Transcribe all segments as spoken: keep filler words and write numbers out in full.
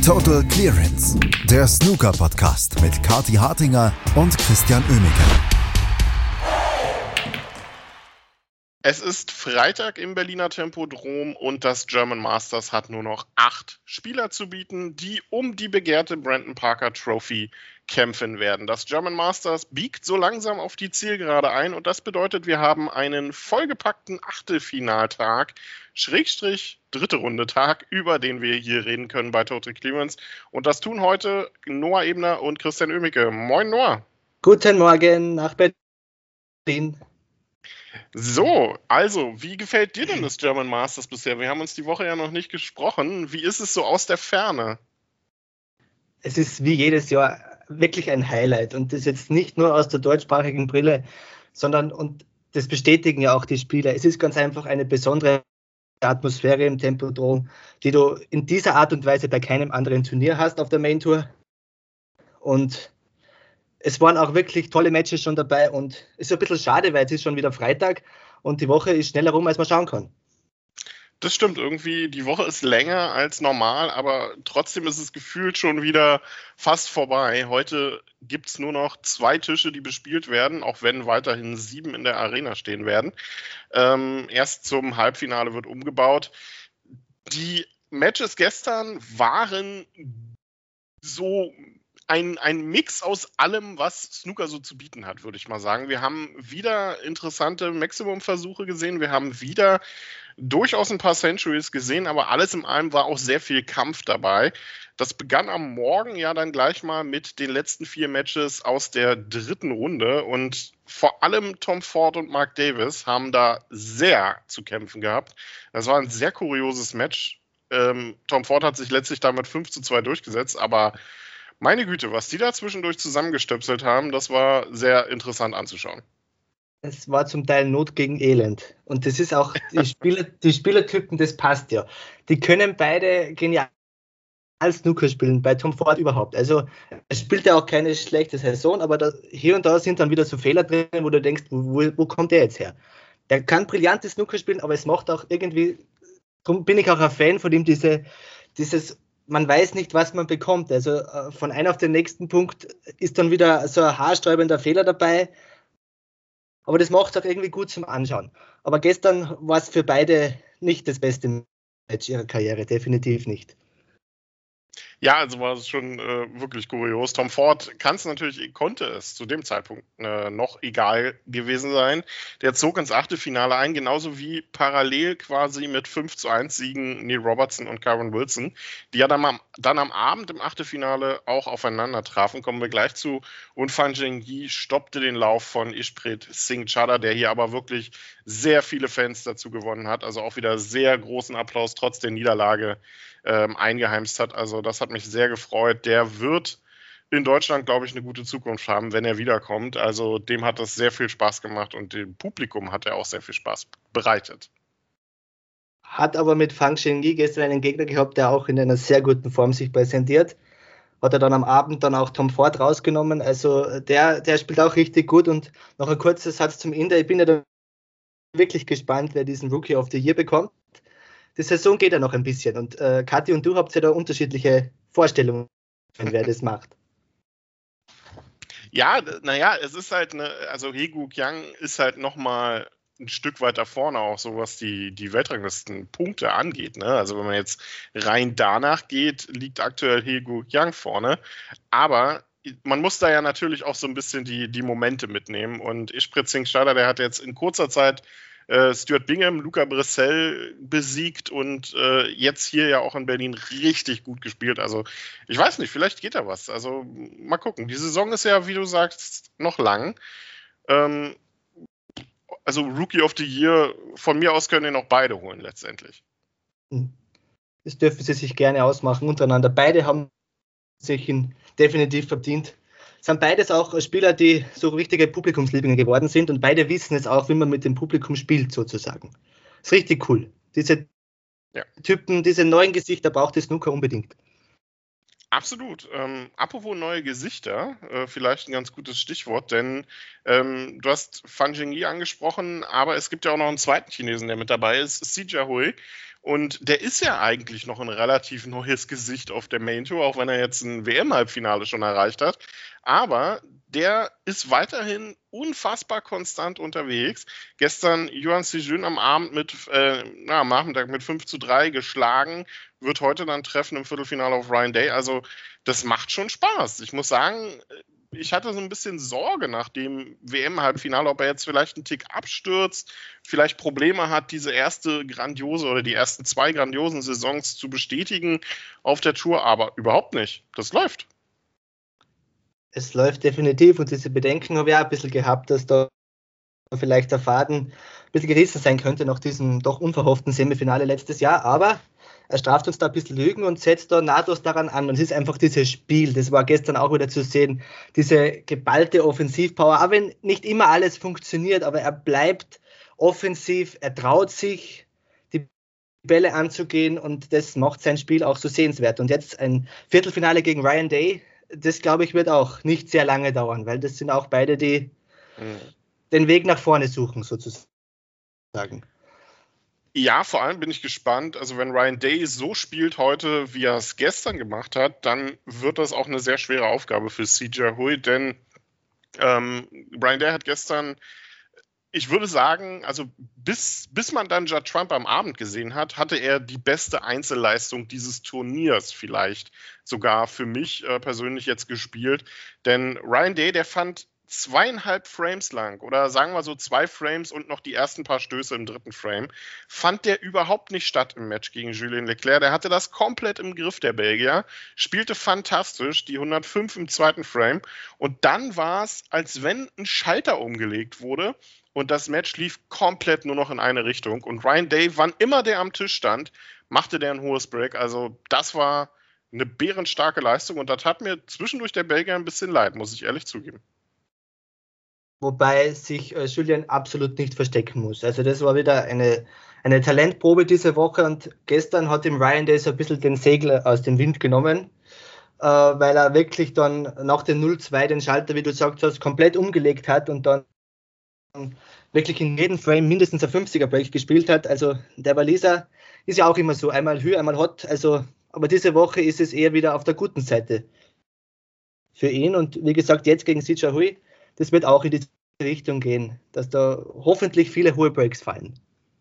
Total Clearance, der Snooker-Podcast mit Kathi Hartinger und Christian Oemeke. Es ist Freitag im Berliner Tempodrom und das German Masters hat nur noch acht Spieler zu bieten, die um die begehrte Brandon Parker Trophy kämpfen werden. Das German Masters biegt so langsam auf die Zielgerade ein und das bedeutet, wir haben einen vollgepackten Achtelfinaltag, Schrägstrich dritte Runde Tag, über den wir hier reden können bei Total Clearance. Und das tun heute Noah Ebner und Christian Oemeke. Moin Noah. Guten Morgen nach Berlin. So, also, wie gefällt dir denn das German Masters bisher? Wir haben uns die Woche ja noch nicht gesprochen. Wie ist es so aus der Ferne? Es ist wie jedes Jahr wirklich ein Highlight und das jetzt nicht nur aus der deutschsprachigen Brille, sondern, und das bestätigen ja auch die Spieler, es ist ganz einfach eine besondere Atmosphäre im Tempodrom, die du in dieser Art und Weise bei keinem anderen Turnier hast auf der Main Tour. Und es waren auch wirklich tolle Matches schon dabei und es ist ein bisschen schade, weil es ist schon wieder Freitag und die Woche ist schneller rum, als man schauen kann. Das stimmt, irgendwie, die Woche ist länger als normal, aber trotzdem ist es gefühlt schon wieder fast vorbei. Heute gibt es nur noch zwei Tische, die bespielt werden, auch wenn weiterhin sieben in der Arena stehen werden. Ähm, erst zum Halbfinale wird umgebaut. Die Matches gestern waren so Ein, ein Mix aus allem, was Snooker so zu bieten hat, würde ich mal sagen. Wir haben wieder interessante Maximum-Versuche gesehen. Wir haben wieder durchaus ein paar Centuries gesehen, aber alles in allem war auch sehr viel Kampf dabei. Das begann am Morgen ja dann gleich mal mit den letzten vier Matches aus der dritten Runde und vor allem Tom Ford und Mark Davis haben da sehr zu kämpfen gehabt. Das war ein sehr kurioses Match. Ähm, Tom Ford hat sich letztlich damit fünf zu zwei durchgesetzt, aber meine Güte, was die da zwischendurch zusammengestöpselt haben, das war sehr interessant anzuschauen. Es war zum Teil Not gegen Elend. Und das ist auch, die, Spieler, die Spielertypen, das passt ja. Die können beide genial Snooker spielen, bei Tom Ford überhaupt. Also er spielt ja auch keine schlechte Saison, aber da, hier und da sind dann wieder so Fehler drin, wo du denkst, wo, wo kommt der jetzt her? Der kann brillantes Snooker spielen, aber es macht auch irgendwie, darum bin ich auch ein Fan von ihm, diese, dieses man weiß nicht, was man bekommt. Also äh, von einem auf den nächsten Punkt ist dann wieder so ein haarsträubender Fehler dabei. Aber das macht es auch irgendwie gut zum Anschauen. Aber gestern war es für beide nicht das beste Match ihrer Karriere, definitiv nicht. Ja, also war es schon äh, wirklich kurios. Tom Ford kann es natürlich, konnte es zu dem Zeitpunkt äh, noch egal gewesen sein. Der zog ins Achtelfinale ein, genauso wie parallel quasi mit fünf zu eins Siegen Neil Robertson und Kyron Wilson, die ja dann am, dann am Abend im Achtelfinale auch aufeinander trafen. Kommen wir gleich zu. Und Fan Zhengyi stoppte den Lauf von Ishpreet Singh Chadha, der hier aber wirklich sehr viele Fans dazu gewonnen hat. Also auch wieder sehr großen Applaus trotz der Niederlage ähm, eingeheimst hat. Also das hat mich sehr gefreut. Der wird in Deutschland, glaube ich, eine gute Zukunft haben, wenn er wiederkommt. Also dem hat das sehr viel Spaß gemacht und dem Publikum hat er auch sehr viel Spaß bereitet. Hat aber mit Fan Zhengyi gestern einen Gegner gehabt, der auch in einer sehr guten Form sich präsentiert. Hat er dann am Abend dann auch Tom Ford rausgenommen. Also der, der spielt auch richtig gut. Und noch ein kurzer Satz zum Inder. Ich bin ja da wirklich gespannt, wer diesen Rookie of the Year bekommt. Die Saison geht ja noch ein bisschen und äh, Kathi und du habt ja da unterschiedliche Vorstellungen, wer das macht. Ja, naja, es ist halt eine, also Hegu Kiang ist halt nochmal ein Stück weiter vorne, auch so was die, die Weltranglistenpunkte angeht. Ne? Also wenn man jetzt rein danach geht, liegt aktuell Hegu Kiang vorne. Aber man muss da ja natürlich auch so ein bisschen die, die Momente mitnehmen. Und Ishpreet Singh Chadha, der hat jetzt in kurzer Zeit Äh, Stuart Bingham, Luca Bressel besiegt und äh, jetzt hier ja auch in Berlin richtig gut gespielt. Also ich weiß nicht, vielleicht geht da was. Also mal gucken. Die Saison ist ja, wie du sagst, noch lang. Ähm, also Rookie of the Year, von mir aus können den auch beide holen letztendlich. Das dürfen sie sich gerne ausmachen untereinander. Beide haben sich ihn definitiv verdient. Sind beides auch Spieler, die so richtige Publikumslieblinge geworden sind und beide wissen es auch, wie man mit dem Publikum spielt, sozusagen. Ist richtig cool. Diese ja. Typen, diese neuen Gesichter braucht es Snooker unbedingt. Absolut. Ähm, apropos neue Gesichter, äh, vielleicht ein ganz gutes Stichwort, denn ähm, du hast Fan Zhengyi angesprochen, aber es gibt ja auch noch einen zweiten Chinesen, der mit dabei ist, Sijia Hui. Und der ist ja eigentlich noch ein relativ neues Gesicht auf der Main Tour, auch wenn er jetzt ein W M-Halbfinale schon erreicht hat. Aber der ist weiterhin unfassbar konstant unterwegs. Gestern Yuan Sijun am Abend mit, äh, na, am Nachmittag mit fünf zu drei geschlagen, wird heute dann treffen im Viertelfinale auf Ryan Day. Also das macht schon Spaß. Ich muss sagen, ich hatte so ein bisschen Sorge nach dem W M-Halbfinale, ob er jetzt vielleicht einen Tick abstürzt, vielleicht Probleme hat, diese erste grandiose oder die ersten zwei grandiosen Saisons zu bestätigen auf der Tour, aber überhaupt nicht. Das läuft. Es läuft definitiv und diese Bedenken habe ich auch ein bisschen gehabt, dass da vielleicht der Faden ein bisschen gerissen sein könnte nach diesem doch unverhofften Semifinale letztes Jahr, aber er straft uns da ein bisschen Lügen und setzt da nahtlos daran an. Und es ist einfach dieses Spiel, das war gestern auch wieder zu sehen, diese geballte Offensivpower, auch wenn nicht immer alles funktioniert, aber er bleibt offensiv, er traut sich, die Bälle anzugehen und das macht sein Spiel auch so sehenswert. Und jetzt ein Viertelfinale gegen Ryan Day, das glaube ich wird auch nicht sehr lange dauern, weil das sind auch beide, die mhm. den Weg nach vorne suchen, sozusagen. Ja, vor allem bin ich gespannt, also wenn Ryan Day so spielt heute, wie er es gestern gemacht hat, dann wird das auch eine sehr schwere Aufgabe für Si Jiahui, denn ähm, Ryan Day hat gestern, ich würde sagen, also bis, bis man dann Judd Trump am Abend gesehen hat, hatte er die beste Einzelleistung dieses Turniers vielleicht sogar für mich äh, persönlich jetzt gespielt, denn Ryan Day, der fand zweieinhalb Frames lang oder sagen wir so zwei Frames und noch die ersten paar Stöße im dritten Frame, fand der überhaupt nicht statt im Match gegen Julien Leclerc. Der hatte das komplett im Griff, der Belgier, spielte fantastisch, die hundertfünf im zweiten Frame und dann war es, als wenn ein Schalter umgelegt wurde und das Match lief komplett nur noch in eine Richtung und Ryan Day, wann immer der am Tisch stand, machte der ein hohes Break. Also das war eine bärenstarke Leistung und das hat mir zwischendurch der Belgier ein bisschen leid, muss ich ehrlich zugeben. Wobei sich äh, Julien absolut nicht verstecken muss. Also das war wieder eine, eine Talentprobe diese Woche und gestern hat ihm Ryan Day so ein bisschen den Segel aus dem Wind genommen, äh, weil er wirklich dann nach dem null zwei den Schalter, wie du gesagt hast, komplett umgelegt hat und dann wirklich in jedem Frame mindestens ein fünfziger Break gespielt hat. Also der Waliser ist ja auch immer so, einmal Hü, einmal Hot, also, aber diese Woche ist es eher wieder auf der guten Seite für ihn und wie gesagt, jetzt gegen Si Jiahui, das wird auch in die Richtung gehen, dass da hoffentlich viele hohe Breaks fallen.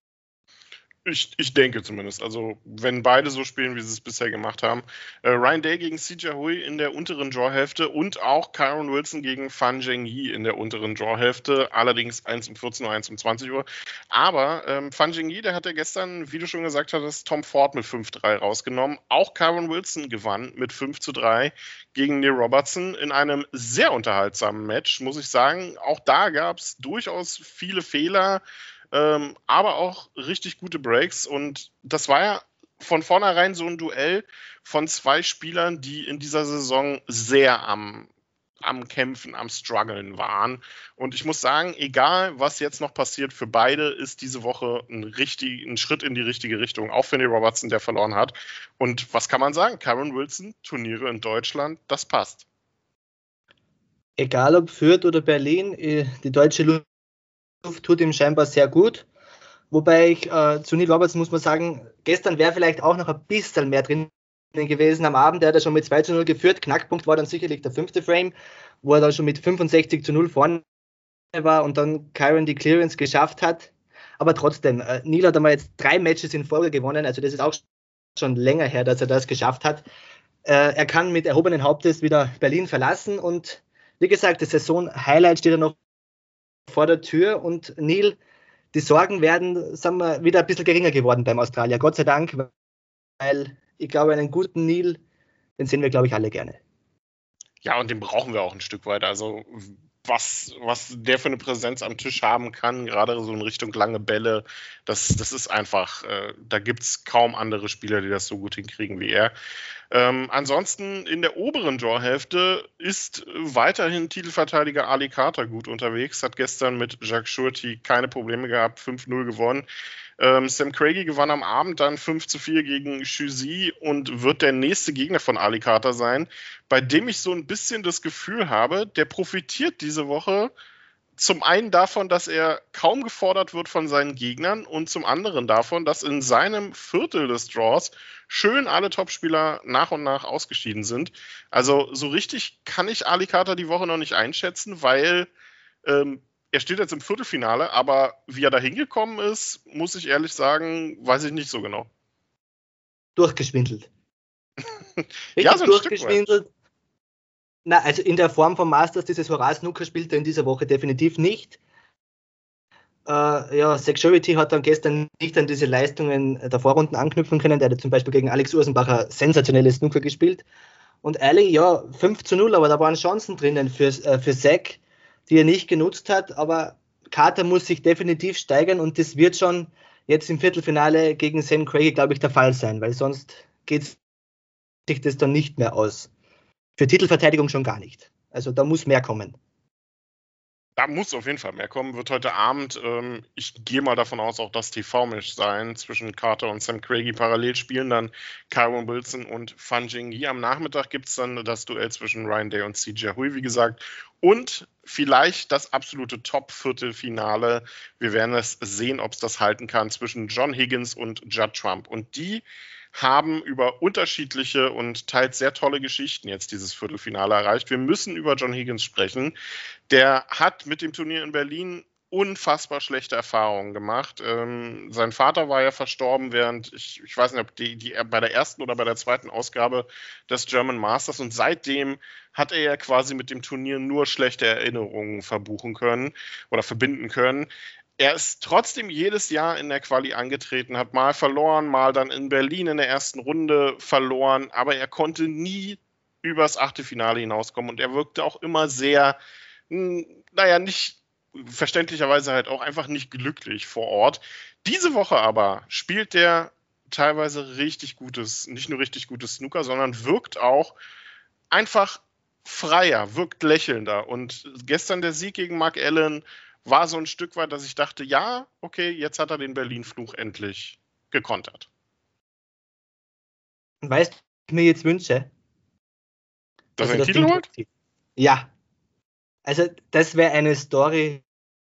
Ich, ich denke zumindest. Also, wenn beide so spielen, wie sie es bisher gemacht haben. Äh, Ryan Day gegen Si Jiahui in der unteren Draw-Hälfte und auch Kyron Wilson gegen Fan Zhengyi in der unteren Draw-Hälfte. Allerdings eins um vierzehn Uhr, eins um zwanzig Uhr. Aber ähm, Fan Zhengyi, der hat ja gestern, wie du schon gesagt hattest, Tom Ford mit fünf drei rausgenommen. Auch Kyron Wilson gewann mit fünf zu drei gegen Neil Robertson in einem sehr unterhaltsamen Match, muss ich sagen. Auch da gab es durchaus viele Fehler. Ähm, aber auch richtig gute Breaks und das war ja von vornherein so ein Duell von zwei Spielern, die in dieser Saison sehr am, am Kämpfen, am Struggeln waren und ich muss sagen, egal was jetzt noch passiert, für beide ist diese Woche ein, richtig, ein Schritt in die richtige Richtung, auch für Neil Robertson, der verloren hat und was kann man sagen, Kyron Wilson, Turniere in Deutschland, das passt. Egal ob Fürth oder Berlin, die deutsche Luft tut ihm scheinbar sehr gut. Wobei ich äh, zu Neil Robertson muss man sagen, gestern wäre vielleicht auch noch ein bisschen mehr drin gewesen am Abend. Der hat er schon mit zwei zu null geführt. Knackpunkt war dann sicherlich der fünfte Frame, wo er dann schon mit fünfundsechzig zu null vorne war und dann Kyron die Clearance geschafft hat. Aber trotzdem, äh, Neil hat einmal jetzt drei Matches in Folge gewonnen. Also das ist auch schon länger her, dass er das geschafft hat. Äh, er kann mit erhobenen Hauptes wieder Berlin verlassen und wie gesagt, das Saison-Highlight steht er noch vor der Tür und Neil, die Sorgen werden, sagen wir, wieder ein bisschen geringer geworden beim Australier. Gott sei Dank, weil ich glaube, einen guten Neil, den sehen wir, glaube ich, alle gerne. Ja, und den brauchen wir auch ein Stück weit. Also was, was der für eine Präsenz am Tisch haben kann, gerade so in Richtung lange Bälle, das, das ist einfach, äh, da gibt es kaum andere Spieler, die das so gut hinkriegen wie er. Ähm, ansonsten in der oberen Draw-Hälfte ist weiterhin Titelverteidiger Ali Carter gut unterwegs, hat gestern mit Jacques Schurti keine Probleme gehabt, fünf null gewonnen. Ähm, Sam Craigie gewann am Abend dann fünf zu vier gegen Xu Zi und wird der nächste Gegner von Ali Carter sein, bei dem ich so ein bisschen das Gefühl habe, der profitiert diese Woche zum einen davon, dass er kaum gefordert wird von seinen Gegnern und zum anderen davon, dass in seinem Viertel des Draws schön alle Topspieler nach und nach ausgeschieden sind. Also so richtig kann ich Ali Carter die Woche noch nicht einschätzen, weil ähm, er steht jetzt im Viertelfinale, aber wie er da hingekommen ist, muss ich ehrlich sagen, weiß ich nicht so genau. Durchgeschwindelt. Ja, so ein durchgeschwindelt. Na, also in der Form vom Masters, dieses Hurra-Snooker spielt er in dieser Woche definitiv nicht. Äh, ja, Security hat dann gestern nicht an diese Leistungen der Vorrunden anknüpfen können. Der hat zum Beispiel gegen Alex Ursenbacher sensationelles Snooker gespielt. Und Ali, ja, fünf zu null, aber da waren Chancen drinnen für, äh, für Zach, die er nicht genutzt hat. Aber Carter muss sich definitiv steigern und das wird schon jetzt im Viertelfinale gegen Sam Craigie, glaube ich, der Fall sein, weil sonst geht sich das dann nicht mehr aus. Für Titelverteidigung schon gar nicht. Also da muss mehr kommen. Da muss auf jeden Fall mehr kommen. Wird heute Abend, ähm, ich gehe mal davon aus, auch das T V-Misch sein, zwischen Carter und Sam Craigie parallel spielen dann Kyron Wilson und Fan Jingyi. Am Nachmittag gibt es dann das Duell zwischen Ryan Day und C J Hui, wie gesagt. Und vielleicht das absolute Top-Viertelfinale. Wir werden es sehen, ob es das halten kann, zwischen John Higgins und Judd Trump. Und die haben über unterschiedliche und teils sehr tolle Geschichten jetzt dieses Viertelfinale erreicht. Wir müssen über John Higgins sprechen. Der hat mit dem Turnier in Berlin unfassbar schlechte Erfahrungen gemacht. Ähm, sein Vater war ja verstorben während, ich, ich weiß nicht, ob die, die bei der ersten oder bei der zweiten Ausgabe des German Masters, und seitdem hat er ja quasi mit dem Turnier nur schlechte Erinnerungen verbuchen können oder verbinden können. Er ist trotzdem jedes Jahr in der Quali angetreten, hat mal verloren, mal dann in Berlin in der ersten Runde verloren, aber er konnte nie übers Achtelfinale hinauskommen und er wirkte auch immer sehr, naja, nicht, verständlicherweise halt auch einfach nicht glücklich vor Ort. Diese Woche aber spielt der teilweise richtig gutes, nicht nur richtig gutes Snooker, sondern wirkt auch einfach freier, wirkt lächelnder. Und gestern der Sieg gegen Mark Allen war so ein Stück weit, dass ich dachte, ja, okay, jetzt hat er den Berlin-Fluch endlich gekontert. Weißt du, was ich mir jetzt wünsche? Dass er den Titel holt? Ja. Also das wäre eine Story,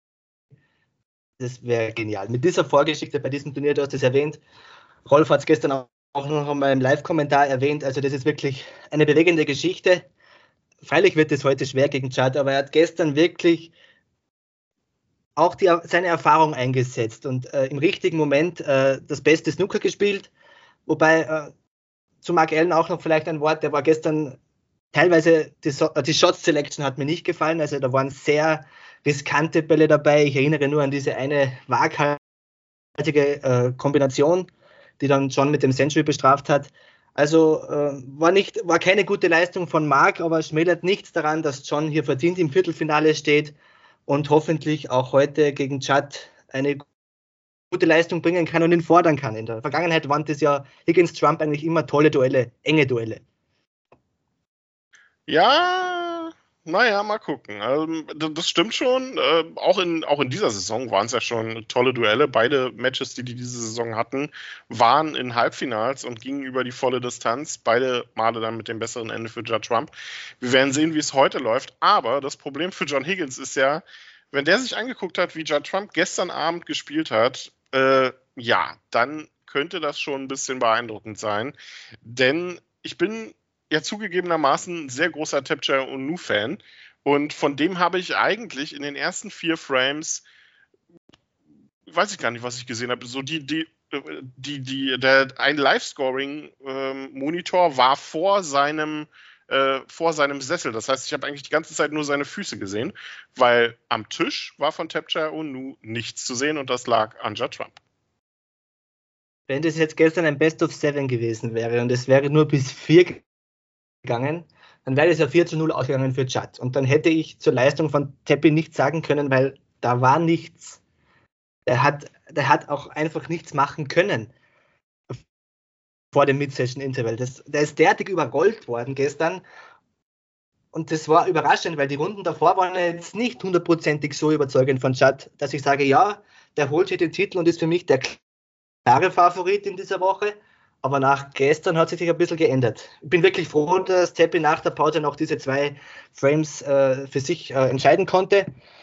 das wäre genial. Mit dieser Vorgeschichte bei diesem Turnier, du hast es erwähnt, Rolf hat es gestern auch noch einmal im Live-Kommentar erwähnt, also das ist wirklich eine bewegende Geschichte. Freilich wird es heute schwer gegen Judd, aber er hat gestern wirklich auch die, seine Erfahrung eingesetzt und äh, im richtigen Moment äh, das beste Snooker gespielt. Wobei äh, zu Mark Allen auch noch vielleicht ein Wort, der war gestern teilweise, die, so die Shot Selection hat mir nicht gefallen, also da waren sehr riskante Bälle dabei. Ich erinnere nur an diese eine waghalsige äh, Kombination, die dann John mit dem Century bestraft hat. Also äh, war, nicht, war keine gute Leistung von Mark, aber schmälert nichts daran, dass John hier verdient im Viertelfinale steht und hoffentlich auch heute gegen Judd eine gute Leistung bringen kann und ihn fordern kann. In der Vergangenheit waren das ja Higgins-Trump eigentlich immer tolle Duelle, enge Duelle. Ja, naja, mal gucken. Also, das stimmt schon. Äh, auch, in, auch in dieser Saison waren es ja schon tolle Duelle. Beide Matches, die die diese Saison hatten, waren in Halbfinals und gingen über die volle Distanz. Beide Male dann mit dem besseren Ende für Judd Trump. Wir werden sehen, wie es heute läuft. Aber das Problem für John Higgins ist ja, wenn der sich angeguckt hat, wie Judd Trump gestern Abend gespielt hat, äh, ja, dann könnte das schon ein bisschen beeindruckend sein. Denn ich bin ja zugegebenermaßen ein sehr großer Tapcher Onu-Fan und von dem habe ich eigentlich in den ersten vier Frames, weiß ich gar nicht, was ich gesehen habe, so die, die, die, die, der, ein Live-Scoring-Monitor war vor seinem, äh, vor seinem Sessel. Das heißt, ich habe eigentlich die ganze Zeit nur seine Füße gesehen, weil am Tisch war von Tapcher Onu nichts zu sehen und das lag an Judd Trump. Wenn das jetzt gestern ein Best of Seven gewesen wäre und es wäre nur bis vier gegangen, dann wäre es ja vier zu null ausgegangen für Judd. Und dann hätte ich zur Leistung von Teppi nichts sagen können, weil da war nichts. Der hat, der hat auch einfach nichts machen können vor dem Mid-Session-Interval. Der ist derartig überrollt worden gestern. Und das war überraschend, weil die Runden davor waren jetzt nicht hundertprozentig so überzeugend von Judd, dass ich sage, ja, der holt sich den Titel und ist für mich der klare Favorit in dieser Woche. Aber nach gestern hat sich das ein bisschen geändert. Ich bin wirklich froh, dass Teppi nach der Pause noch diese zwei Frames äh, für sich äh, entscheiden konnte. Äh,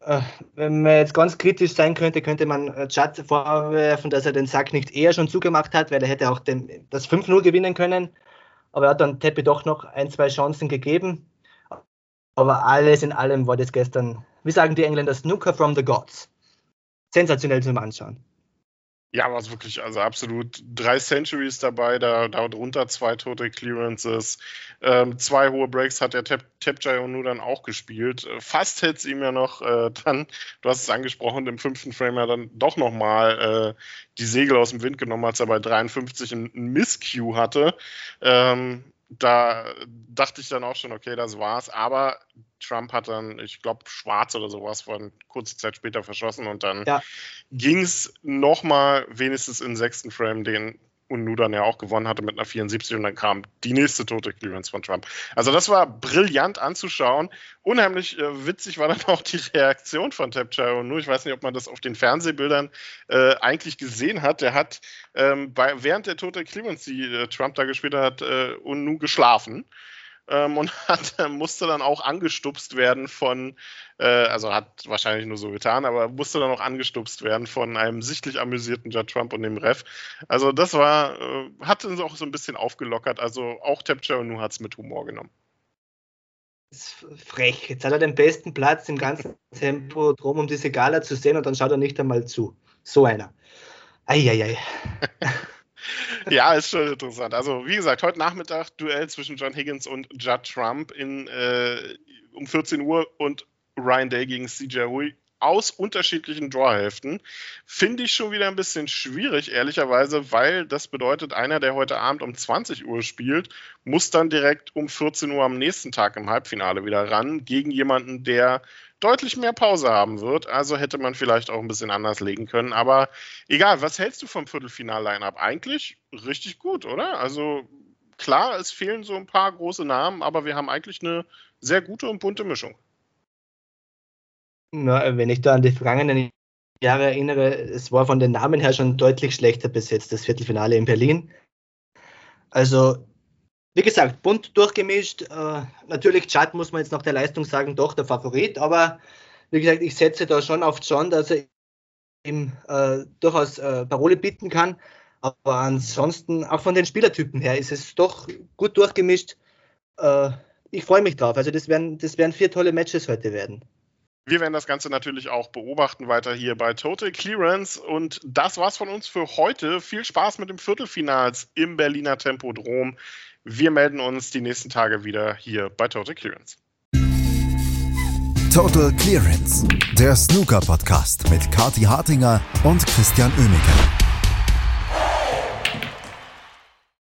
äh, wenn man jetzt ganz kritisch sein könnte, könnte man Judd vorwerfen, dass er den Sack nicht eher schon zugemacht hat, weil er hätte auch den, das fünf null gewinnen können. Aber er hat dann Tepe doch noch ein, zwei Chancen gegeben. Aber alles in allem war das gestern, wie sagen die Engländer, Snooker from the Gods. Sensationell zum Anschauen. Ja, war es wirklich, also absolut drei Centuries dabei, da darunter zwei Total Clearances, ähm, zwei hohe Breaks hat der Tapjai Onu dann auch gespielt. Fast hätte es ihm ja noch äh, dann, du hast es angesprochen, im fünften Frame ja dann doch nochmal äh, die Segel aus dem Wind genommen, als er bei dreiundfünfzig einen Miss-Cue hatte. Ähm, da dachte ich dann auch schon, okay, das war's, aber Trump hat dann, ich glaube, schwarz oder sowas von kurze Zeit später verschossen und dann ja. ging es nochmal wenigstens im sechsten Frame, den Onu dann ja auch gewonnen hatte mit einer vierundsiebzig und dann kam die nächste Total Clearance von Trump. Also das war brillant anzuschauen. Unheimlich äh, witzig war dann auch die Reaktion von Tapjai Onu. Ich weiß nicht, ob man das auf den Fernsehbildern äh, eigentlich gesehen hat. Der hat ähm, bei, während der Total Clearance, die äh, Trump da gespielt hat, äh, Onu geschlafen. Ähm, und hat, musste dann auch angestupst werden von, äh, also hat wahrscheinlich nur so getan, aber musste dann auch angestupst werden von einem sichtlich amüsierten Judd Trump und dem Ref. Also das war, äh, hat uns auch so ein bisschen aufgelockert, also auch Tapjai Onu hat es mit Humor genommen. Das ist frech, jetzt hat er den besten Platz im ganzen Tempo drum, um diese Gala zu sehen und dann schaut er nicht einmal zu. So einer. Eieiei. Ja, ist schon interessant. Also, wie gesagt, heute Nachmittag Duell zwischen John Higgins und Judd Trump in, äh, um vierzehn Uhr und Ryan Day gegen C J Hui aus unterschiedlichen Drawhälften. Finde ich schon wieder ein bisschen schwierig, ehrlicherweise, weil das bedeutet, einer, der heute Abend um zwanzig Uhr spielt, muss dann direkt um vierzehn Uhr am nächsten Tag im Halbfinale wieder ran, gegen jemanden, der deutlich mehr Pause haben wird. Also hätte man vielleicht auch ein bisschen anders legen können. Aber egal, was hältst du vom Viertelfinal-Line-Up? Eigentlich richtig gut, oder? Also klar, es fehlen so ein paar große Namen, aber wir haben eigentlich eine sehr gute und bunte Mischung. Na, wenn ich da an die vergangenen Jahre erinnere, es war von den Namen her schon deutlich schlechter besetzt, das Viertelfinale in Berlin. Also, wie gesagt, bunt durchgemischt. Äh, natürlich, Judd muss man jetzt nach der Leistung sagen, doch der Favorit, aber wie gesagt, ich setze da schon auf John, dass er ihm äh, durchaus äh, Parole bieten kann. Aber ansonsten, auch von den Spielertypen her, ist es doch gut durchgemischt. Äh, ich freue mich drauf. Also, das werden, das werden vier tolle Matches heute werden. Wir werden das Ganze natürlich auch beobachten weiter hier bei Total Clearance und das war's von uns für heute. Viel Spaß mit dem Viertelfinals im Berliner Tempodrom. Wir melden uns die nächsten Tage wieder hier bei Total Clearance. Total Clearance, der Snooker-Podcast mit Kathi Hartinger und Christian Oemeke.